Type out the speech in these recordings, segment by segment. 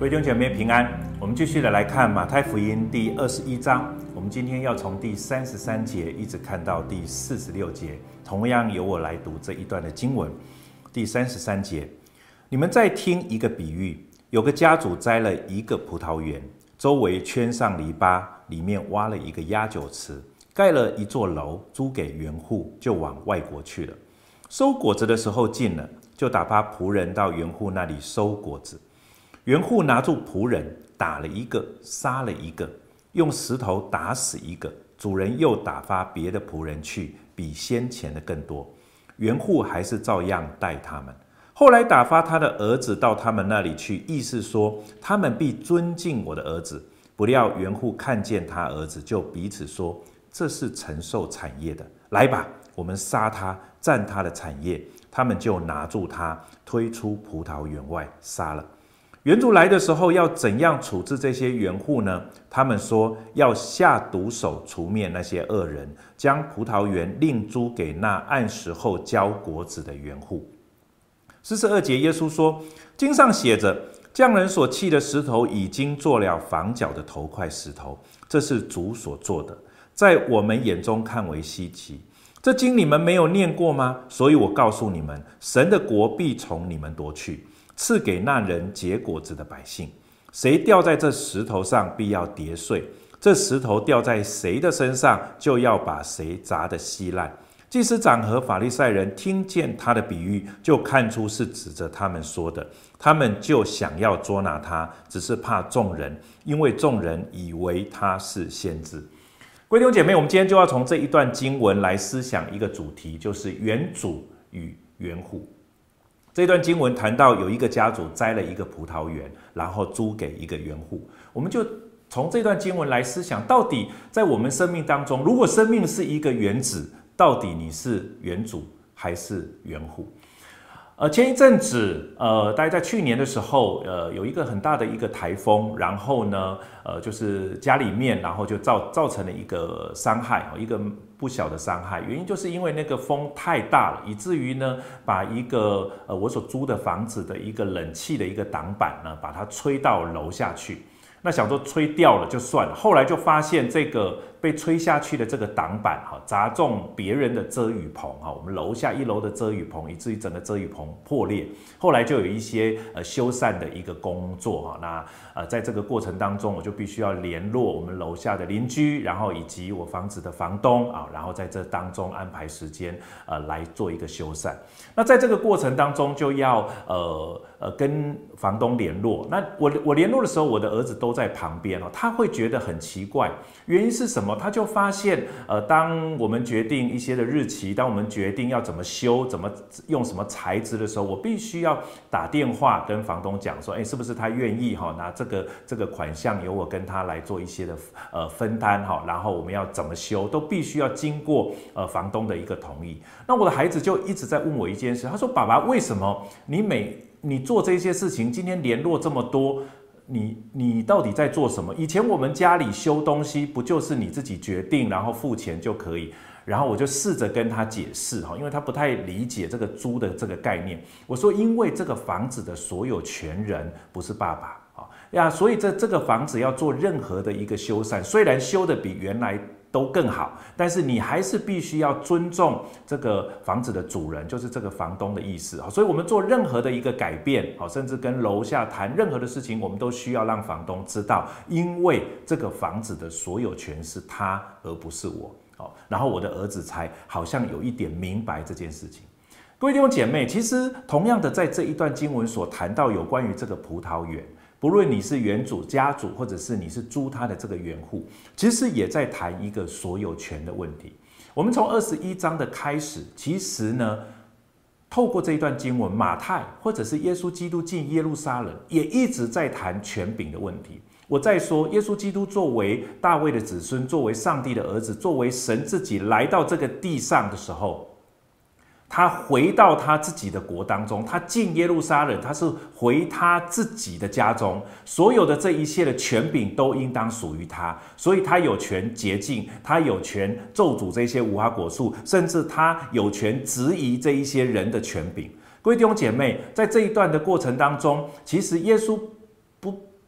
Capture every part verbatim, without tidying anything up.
各位弟兄姐妹平安，我们继续的来看马太福音第二十一章，我们今天要从第三十三节一直看到第四十六节，同样由我来读这一段的经文。第三十三节，你们再听一个比喻，有个家主栽了一个葡萄园，周围圈上篱笆，里面挖了一个压酒池，盖了一座楼，租给园户，就往外国去了。收果子的时候近了，就打发仆人到园户那里收果子。园户拿住仆人，打了一个，杀了一个，用石头打死一个。主人又打发别的仆人去，比先前的更多。园户还是照样待他们。后来打发他的儿子到他们那里去，意思说他们必尊敬我的儿子。不料园户看见他儿子，就彼此说：这是承受产业的，来吧，我们杀他，占他的产业。他们就拿住他，推出葡萄园外，杀了。园主来的时候，要怎样处置这些园户呢？他们说要下毒手除灭那些恶人，将葡萄园另租给那按时候交果子的园户。四十二节，耶稣说：经上写着，匠人所弃的石头，已经做了房角的头块石头，这是主所做的，在我们眼中看为稀奇。这经你们没有念过吗？所以我告诉你们，神的国必从你们夺去，赐给那人结果子的百姓。谁掉在这石头上，必要跌碎；这石头掉在谁的身上，就要把谁砸得稀烂。祭司长和法利赛人听见他的比喻，就看出是指着他们说的，他们就想要捉拿他，只是怕众人，因为众人以为他是先知。各位弟兄姐妹，我们今天就要从这一段经文来思想一个主题，就是园主与园户。这段经文谈到有一个家主栽了一个葡萄园，然后租给一个园户。我们就从这段经文来思想，到底在我们生命当中，如果生命是一个园子，到底你是园主还是园户？呃，前一阵子，呃，大概在去年的时候，呃，有一个很大的一个台风，然后呢，呃，就是家里面，然后就造造成了一个伤害，一个不小的伤害。原因就是因为那个风太大了，以至于呢，把一个呃我所租的房子的一个冷气的一个挡板呢，把它吹到楼下去。那想说吹掉了就算了，后来就发现这个被吹下去的这个挡板哈，砸中别人的遮雨棚哈，我们楼下一楼的遮雨棚，以至于整个遮雨棚破裂。后来就有一些呃修缮的一个工作哈，那呃在这个过程当中，我就必须要联络我们楼下的邻居，然后以及我房子的房东啊，然后在这当中安排时间呃来做一个修缮。那在这个过程当中，就要呃呃跟房东联络。那我我联络的时候，我的儿子都在旁边哦，他会觉得很奇怪，原因是什么？他就发现，呃，当我们决定一些的日期，当我们决定要怎么修、怎么用什么材质的时候，我必须要打电话跟房东讲说，哎，是不是他愿意哈、哦？拿这个这个款项由我跟他来做一些的呃分担哈、哦，然后我们要怎么修，都必须要经过呃房东的一个同意。那我的孩子就一直在问我一件事，他说：“爸爸，为什么你每你做这些事情，今天联络这么多？”你你到底在做什么？以前我们家里修东西，不就是你自己决定，然后付钱就可以？然后我就试着跟他解释哈，因为他不太理解这个租的这个概念。我说，因为这个房子的所有权人不是爸爸啊呀，所以这这个房子要做任何的一个修缮，虽然修的比原来都更好，但是你还是必须要尊重这个房子的主人，就是这个房东的意思。所以我们做任何的一个改变，甚至跟楼下谈任何的事情，我们都需要让房东知道，因为这个房子的所有权是他，而不是我。然后我的儿子才好像有一点明白这件事情。各位弟兄姐妹，其实同样的，在这一段经文所谈到有关于这个葡萄园，不论你是园主、家主，或者是你是租他的这个园户，其实也在谈一个所有权的问题。我们从二十一章的开始，其实呢，透过这一段经文，马太或者是耶稣基督进耶路撒冷，也一直在谈权柄的问题。我再说，耶稣基督作为大卫的子孙，作为上帝的儿子，作为神自己来到这个地上的时候，他回到他自己的国当中，他进耶路撒冷，他是回他自己的家中，所有的这一切的权柄都应当属于他，所以他有权洁净，他有权咒诅这些无花果树，甚至他有权质疑这一些人的权柄。各位弟兄姐妹，在这一段的过程当中，其实耶稣不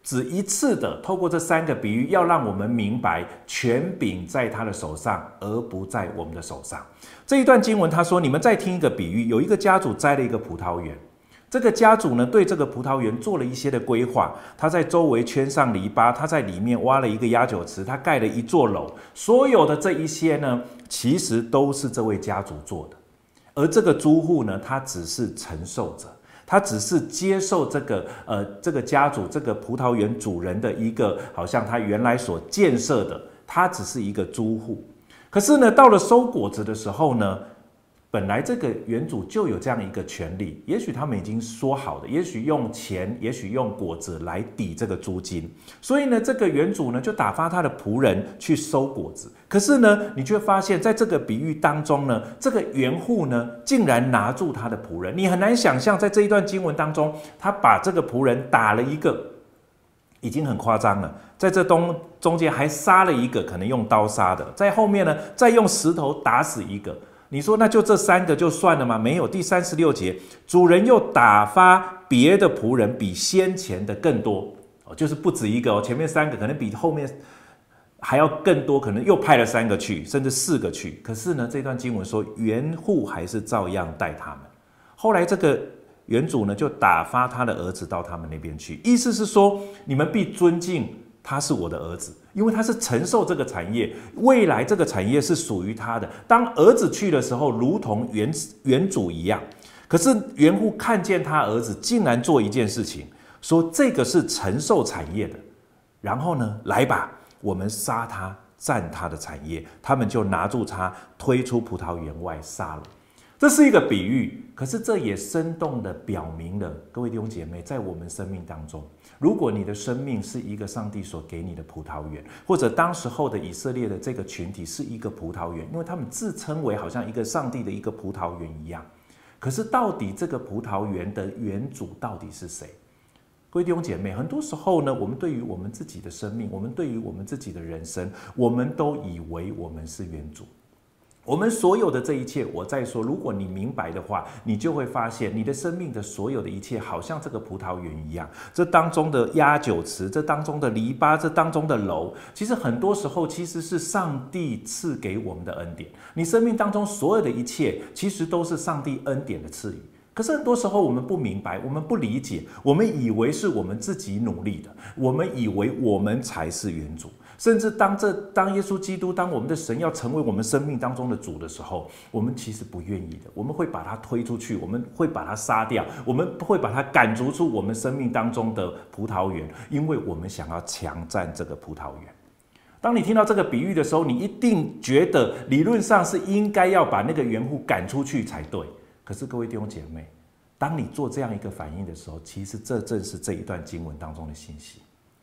只一次的透过这三个比喻，要让我们明白权柄在他的手上，而不在我们的手上。这一段经文他说，你们再听一个比喻，有一个家主栽了一个葡萄园，这个家主呢对这个葡萄园做了一些的规划，他在周围圈上篱笆，他在里面挖了一个压酒池，他盖了一座楼，所有的这一些呢，其实都是这位家主做的，而这个租户呢，他只是承受者。他只是接受这个呃这个家主这个葡萄园主人的一个好像他原来所建设的，他只是一个租户。可是呢，到了收果子的时候呢，本来这个园主就有这样一个权利，也许他们已经说好的，也许用钱，也许用果子来抵这个租金。所以呢，这个园主呢就打发他的仆人去收果子。可是呢，你却发现在这个比喻当中呢，这个园户呢竟然拿住他的仆人。你很难想象，在这一段经文当中，他把这个仆人打了一个，已经很夸张了。在这东中间还杀了一个，可能用刀杀的，在后面呢再用石头打死一个。你说那就这三个就算了吗？没有。第三十六节，主人又打发别的仆人比先前的更多，就是不止一个哦，前面三个可能比后面还要更多，可能又派了三个去，甚至四个去。可是呢，这段经文说园户还是照样待他们。后来这个园主呢就打发他的儿子到他们那边去，意思是说你们必尊敬他是我的儿子，因为他是承受这个产业，未来这个产业是属于他的。当儿子去的时候，如同园园主一样。可是园户看见他儿子竟然做一件事情，说这个是承受产业的，然后呢，来吧，我们杀他，占他的产业。他们就拿住他，推出葡萄园外杀了。这是一个比喻，可是这也生动地表明了，各位弟兄姐妹，在我们生命当中，如果你的生命是一个上帝所给你的葡萄园，或者当时候的以色列的这个群体是一个葡萄园，因为他们自称为好像一个上帝的一个葡萄园一样。可是到底这个葡萄园的园主到底是谁？各位弟兄姐妹，很多时候呢，我们对于我们自己的生命，我们对于我们自己的人生，我们都以为我们是园主。我们所有的这一切，我再说，如果你明白的话，你就会发现你的生命的所有的一切好像这个葡萄园一样，这当中的压酒池，这当中的篱笆，这当中的楼，其实很多时候其实是上帝赐给我们的恩典。你生命当中所有的一切其实都是上帝恩典的赐予。可是很多时候我们不明白，我们不理解，我们以为是我们自己努力的，我们以为我们才是园主。甚至当这当耶稣基督，当我们的神要成为我们生命当中的主的时候，我们其实不愿意的，我们会把他推出去，我们会把他杀掉，我们会把他赶逐出我们生命当中的葡萄园，因为我们想要强占这个葡萄园。当你听到这个比喻的时候，你一定觉得理论上是应该要把那个园户赶出去才对。可是各位弟兄姐妹，当你做这样一个反应的时候，其实这正是这一段经文当中的信息。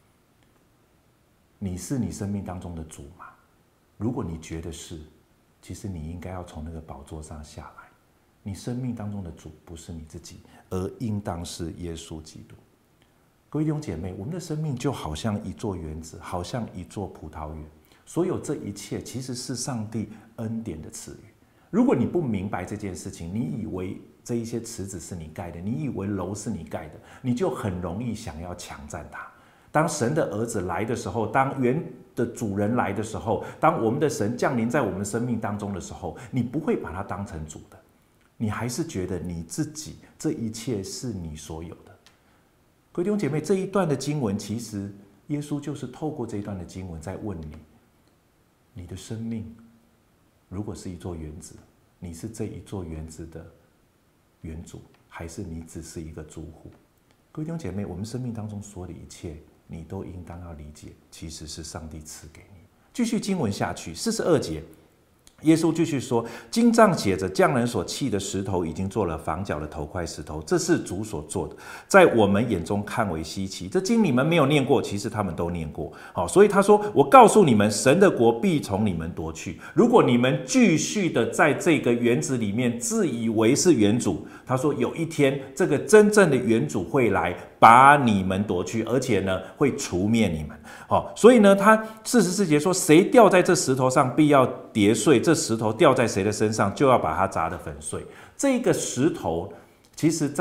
你是你生命当中的主吗？如果你觉得是，其实你应该要从那个宝座上下来。你生命当中的主不是你自己，而应当是耶稣基督。各位弟兄姐妹，我们的生命就好像一座园子，好像一座葡萄园，所有这一切其实是上帝恩典的赐予。如果你不明白这件事情，你以为这一些池子是你盖的，你以为楼是你盖的，你就很容易想要强占它。当神的儿子来的时候，当园的主人来的时候，当我们的神降临在我们生命当中的时候，你不会把它当成主的，你还是觉得你自己这一切是你所有的。各位弟兄姐妹，这一段的经文，其实耶稣就是透过这一段的经文在问你，你的生命如果是一座园子，你是这一座园子的园主，还是你只是一个租户？各位弟兄姐妹，我们生命当中所有的一切，你都应当要理解，其实是上帝赐给你。继续经文下去，四十二节，耶稣继续说：“经上写着，匠人所弃的石头，已经做了房角的头块石头，这是主所做的，在我们眼中看为稀奇。”这经你们没有念过，其实他们都念过。好，所以他说：“我告诉你们，神的国必从你们夺去。如果你们继续的在这个园子里面自以为是园主，他说有一天，这个真正的园主会来把你们夺去，而且呢，会除灭你们。”好，所以呢，他四十四节说：“谁掉在这石头上，必要跌碎；这石头掉在谁的身上，就要把它砸得粉碎。”这个石头，其实在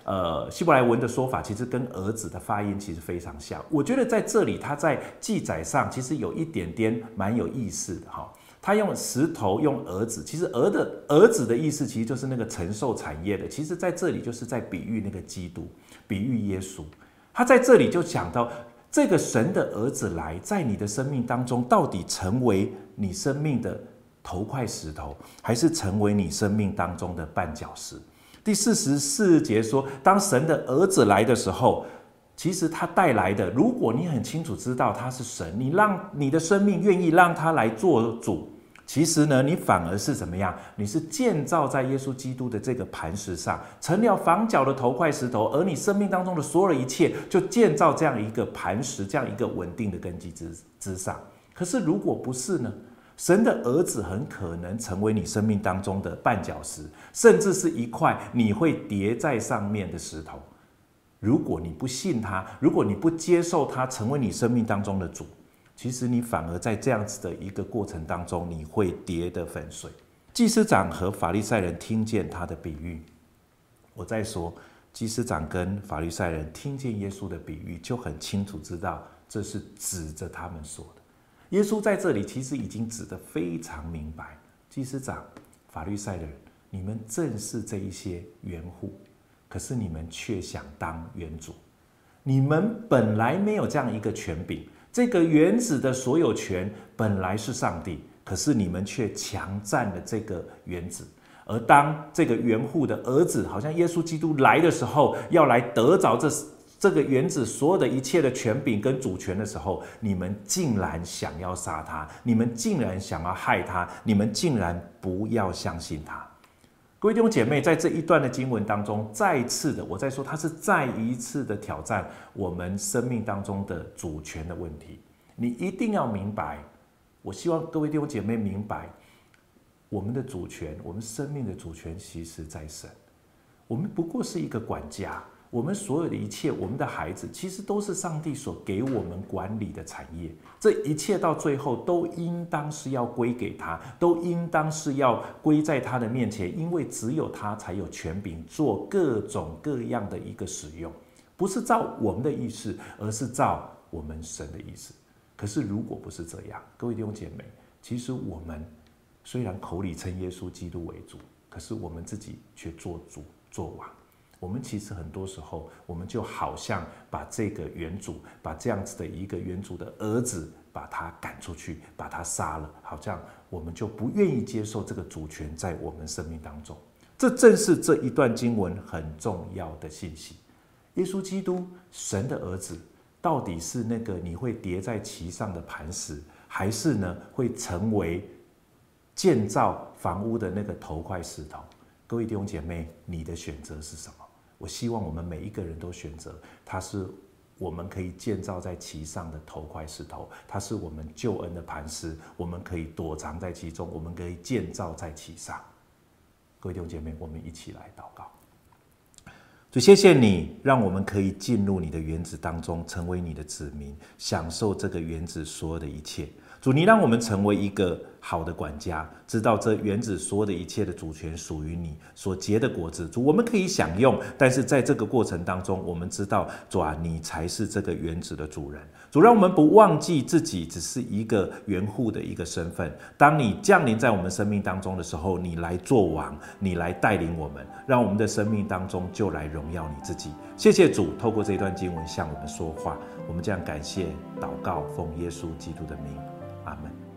呃希伯来文的说法，其实跟儿子的发音其实非常像。我觉得在这里他在记载上其实有一点点蛮有意思的哈。他用石头，用儿子，其实儿的儿子的意思其实就是那个承受产业的，其实在这里就是在比喻那个基督，比喻耶稣。他在这里就讲到这个神的儿子来，在你的生命当中，到底成为你生命的头块石头，还是成为你生命当中的绊脚石？第四十四节说，当神的儿子来的时候，其实他带来的，如果你很清楚知道他是神，你让你的生命愿意让他来做主，其实呢，你反而是怎么样？你是建造在耶稣基督的这个磐石上，成了房角的头块石头，而你生命当中的所有一切，就建造这样一个磐石，这样一个稳定的根基 之, 之上。可是如果不是呢？神的儿子很可能成为你生命当中的绊脚石，甚至是一块你会跌在上面的石头。如果你不信他，如果你不接受他成为你生命当中的主，其实你反而在这样子的一个过程当中，你会跌得粉碎。祭司长和法利赛人听见他的比喻，我再说，祭司长跟法利赛人听见耶稣的比喻，就很清楚知道这是指着他们说的。耶稣在这里其实已经指得非常明白，祭司长、法利赛人，你们正是这一些园户，可是你们却想当园主，你们本来没有这样一个权柄，这个园子的所有权本来是上帝，可是你们却强占了这个园子。而当这个园户的儿子，好像耶稣基督来的时候，要来得着这这个园子所有的一切的权柄跟主权的时候，你们竟然想要杀他，你们竟然想要害他，你们竟然不要相信他。各位弟兄姐妹，在这一段的经文当中，再次的，我在说，它是再一次的挑战我们生命当中的主权的问题。你一定要明白，我希望各位弟兄姐妹明白，我们的主权，我们生命的主权，其实在神。我们不过是一个管家。我们所有的一切，我们的孩子其实都是上帝所给我们管理的产业，这一切到最后都应当是要归给他，都应当是要归在他的面前，因为只有他才有权柄做各种各样的一个使用，不是照我们的意思，而是照我们神的意思。可是如果不是这样，各位弟兄姐妹，其实我们虽然口里称耶稣基督为主，可是我们自己却做主做王。我们其实很多时候，我们就好像把这个原主，把这样子的一个原主的儿子，把他赶出去，把他杀了，好像我们就不愿意接受这个主权在我们生命当中。这正是这一段经文很重要的信息。耶稣基督，神的儿子，到底是那个你会叠在其上的磐石，还是呢会成为建造房屋的那个头块石头？各位弟兄姐妹，你的选择是什么？我希望我们每一个人都选择，它是我们可以建造在其上的头块石头，它是我们救恩的磐石，我们可以躲藏在其中，我们可以建造在其上。各位弟兄姐妹，我们一起来祷告。主，谢谢你，让我们可以进入你的园子当中，成为你的子民，享受这个园子所有的一切。主，你让我们成为一个好的管家，知道这园子所有的一切的主权属于你，所结的果子，主，我们可以享用，但是在这个过程当中，我们知道，主啊，你才是这个园子的主人。主，让我们不忘记自己只是一个园户的一个身份。当你降临在我们生命当中的时候，你来做王，你来带领我们，让我们的生命当中就来荣耀你自己。谢谢主，透过这一段经文向我们说话，我们这样感谢祷告，奉耶稣基督的名，阿们。